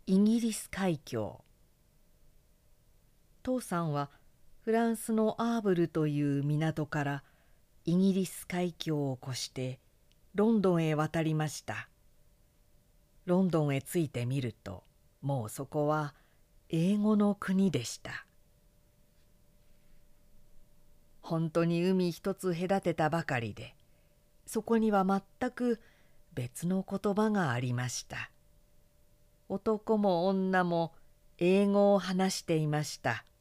イギリス海峡。父さんはフランスのアーブルという港からイギリス海峡を越してロンドンへ渡りました。ロンドンへ着いてみると、もうそこは英語の国でした。本当に海一つ隔てたばかりで、そこには全く別の言葉がありました。男も女も英語を話していました。